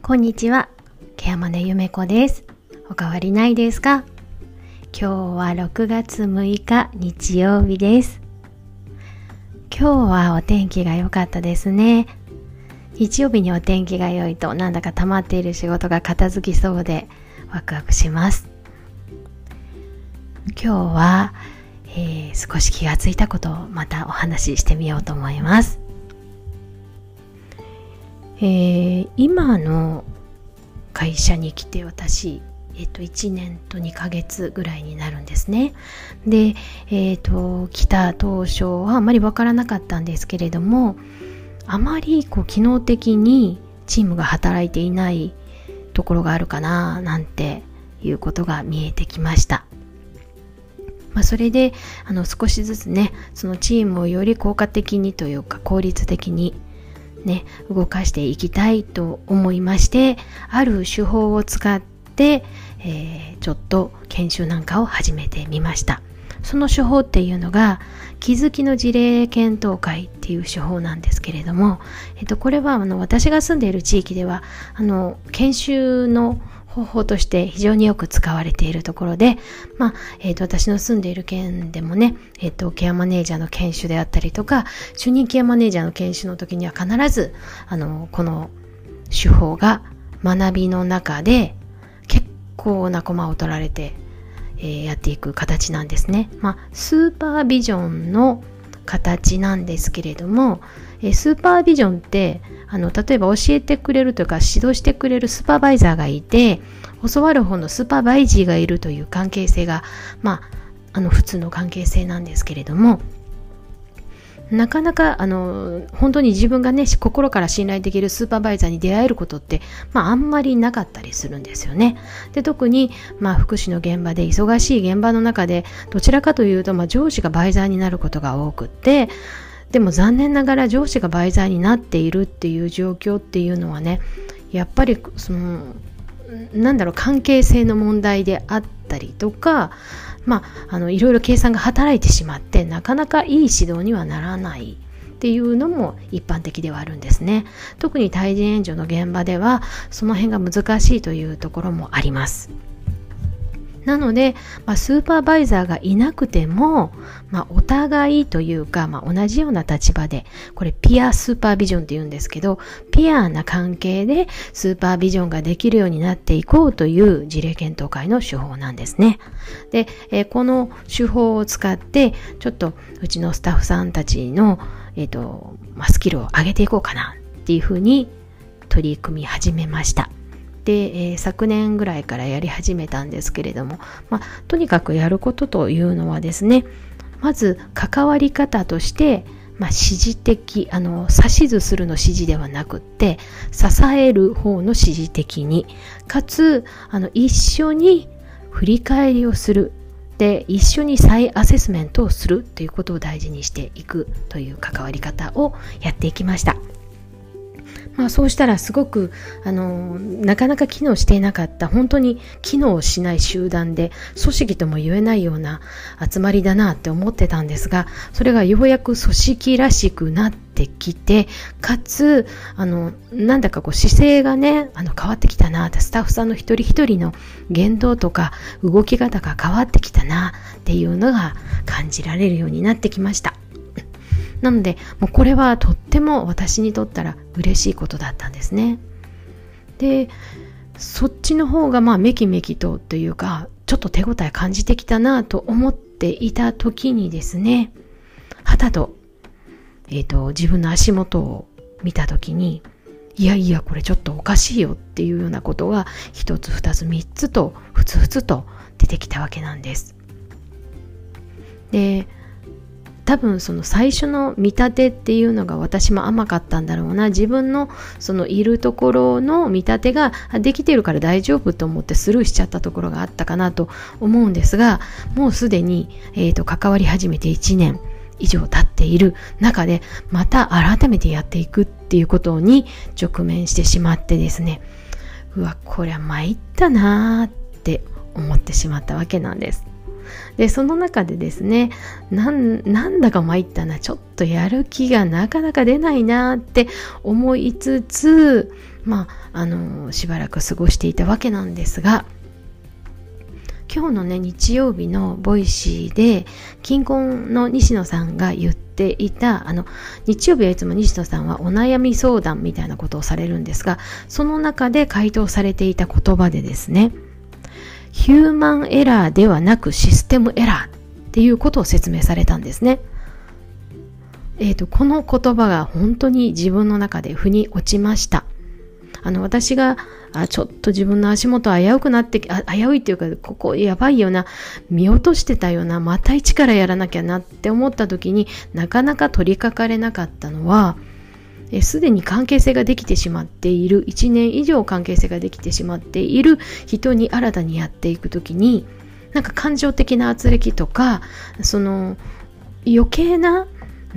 こんにちは、ケアマネゆめこです。お変わりないですか？今日は6月6日日曜日です。今日はお天気が良かったですね。日曜日にお天気が良いとなんだか溜まっている仕事が片付きそうでワクワクします。今日は、少し気がついたことをまたお話ししてみようと思います。今の会社に来て私、1年と2ヶ月ぐらいになるんですね。で、来た当初はあまり分からなかったんですけれども、あまり機能的にチームが働いていないところがあるかななんていうことが見えてきました。それで少しずつね、そのチームをより効果的にというか効率的に動かしていきたいと思いまして、ある手法を使って、ちょっと研修なんかを始めてみました。その手法っていうのが気づきの事例検討会っていう手法なんですけれども、これは私が住んでいる地域では研修の方法として非常によく使われているところで、私の住んでいる県でもね、ケアマネージャーの研修であったりとか、主任ケアマネージャーの研修の時には必ずこの手法が学びの中で結構なコマを取られて、やっていく形なんですね。スーパービジョンの形なんですけれども、スーパービジョンって例えば教えてくれるというか指導してくれるスーパーバイザーがいて、教わる方のスーパーバイジーがいるという関係性が普通の関係性なんですけれども、なかなか本当に自分がね心から信頼できるスーパーバイザーに出会えることってあんまりなかったりするんですよね。で、特に福祉の現場で忙しい現場の中でどちらかというと上司がバイザーになることが多くって、でも残念ながら上司がバイザーになっているっていう状況っていうのはね、やっぱり関係性の問題であったりとか、いろいろ計算が働いてしまってなかなかいい指導にはならないっていうのも一般的ではあるんですね。特に対人援助の現場ではその辺が難しいというところもあります。なので、スーパーバイザーがいなくても、お互いというか、同じような立場で、これピアスーパービジョンって言うんですけど、ピアな関係でスーパービジョンができるようになっていこうという事例検討会の手法なんですね。で、この手法を使って、ちょっとうちのスタッフさんたちの、スキルを上げていこうかなっていうふうに取り組み始めました。で、昨年ぐらいからやり始めたんですけれども、とにかくやることというのはですね、まず関わり方として、指示的指図するの指示ではなくって支える方の指示的に、かつ一緒に振り返りをする、で一緒に再アセスメントをするということを大事にしていくという関わり方をやっていきました。そうしたらすごくなかなか機能していなかった、本当に機能しない集団で組織とも言えないような集まりだなって思ってたんですが、それがようやく組織らしくなってきて、かつなんだか姿勢がね変わってきたなって、スタッフさんの一人一人の言動とか動き方が変わってきたなっていうのが感じられるようになってきました。なのでもうこれはとっても私にとったら嬉しいことだったんですね。で、そっちの方がめきめきというかちょっと手応え感じてきたなと思っていた時にですね、はたと、自分の足元を見た時に、いやいやこれちょっとおかしいよっていうようなことが一つ二つ三つとふつふつと出てきたわけなんです。で、多分その最初の見立てっていうのが私も甘かったんだろうな。自分のそのいるところの見立てができているから大丈夫と思ってスルーしちゃったところがあったかなと思うんですが、もうすでに、関わり始めて1年以上経っている中でまた改めてやっていくっていうことに直面してしまってですね、こりゃ参ったなーって思ってしまったわけなんです。 でその中でですね、なんだか参ったな、ちょっとやる気がなかなか出ないなって思いつつ、しばらく過ごしていたわけなんですが、今日のね日曜日のボイシーで金婚の西野さんが言っていた、日曜日はいつも西野さんはお悩み相談みたいなことをされるんですが、その中で回答されていた言葉でですね、ヒューマンエラーではなくシステムエラーっていうことを説明されたんですね。この言葉が本当に自分の中で腑に落ちました。私がちょっと自分の足元危うくなって危ういっていうか、ここやばいよな、見落としてたよな、また一からやらなきゃなって思った時になかなか取り掛かれなかったのは、すでに関係性ができてしまっている、1年以上関係性ができてしまっている人に新たにやっていく時に、なんか感情的な圧力とか、その余計な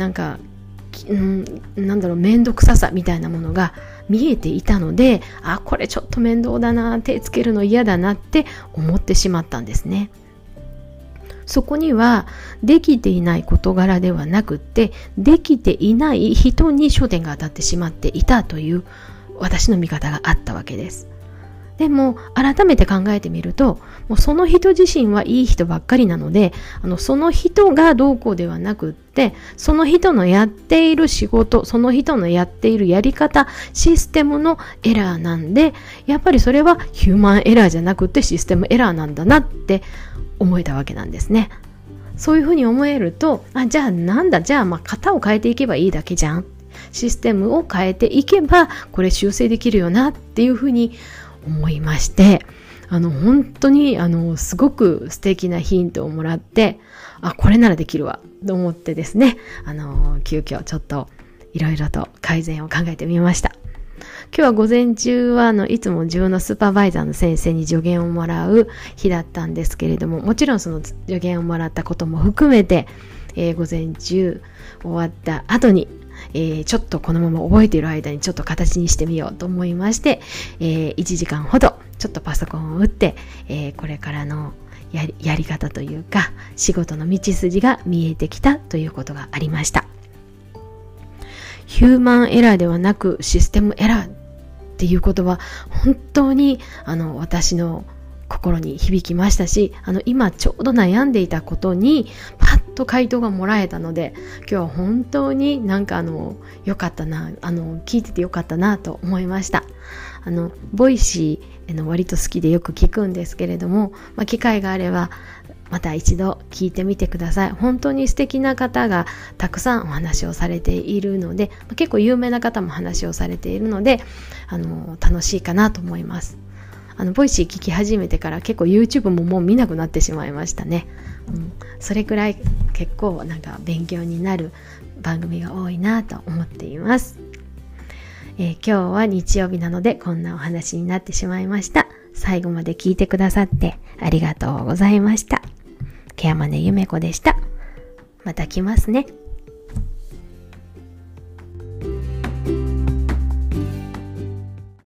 面倒くささみたいなものが見えていたので、これちょっと面倒だな、手つけるの嫌だなって思ってしまったんですね。そこにはできていない事柄ではなくって、できていない人に焦点が当たってしまっていたという私の見方があったわけです。でも改めて考えてみると、もうその人自身はいい人ばっかりなので、その人がどうこうではなくって、その人のやっている仕事、その人のやっているやり方、システムのエラーなんで、やっぱりそれはヒューマンエラーじゃなくてシステムエラーなんだなって思えたわけなんですね。そういうふうに思えると、じゃあ型を変えていけばいいだけじゃん。システムを変えていけばこれ修正できるよなっていうふうに思いまして、本当にすごく素敵なヒントをもらって、これならできるわと思ってですね、急遽ちょっといろいろと改善を考えてみました。今日は午前中はいつも自分のスーパーバイザーの先生に助言をもらう日だったんですけれども、もちろんその助言をもらったことも含めて、午前中終わった後にちょっとこのまま覚えている間にちょっと形にしてみようと思いまして、1時間ほどちょっとパソコンを打って、これからのやり方というか仕事の道筋が見えてきたということがありました。ヒューマンエラーではなくシステムエラーっていう言葉、本当に私の心に響きましたし、今ちょうど悩んでいたことにパッと回答がもらえたので、今日は本当に良かったな、聞いてて良かったなと思いました。ボイシー割と好きでよく聞くんですけれども、機会があればまた一度聞いてみてください。本当に素敵な方がたくさんお話をされているので、結構有名な方も話をされているので、楽しいかなと思います。ボイシー聞き始めてから結構 YouTube ももう見なくなってしまいましたね。それくらい結構勉強になる番組が多いなと思っています。今日は日曜日なのでこんなお話になってしまいました。最後まで聞いてくださってありがとうございました。ケアマネゆめこでした。また来ますね。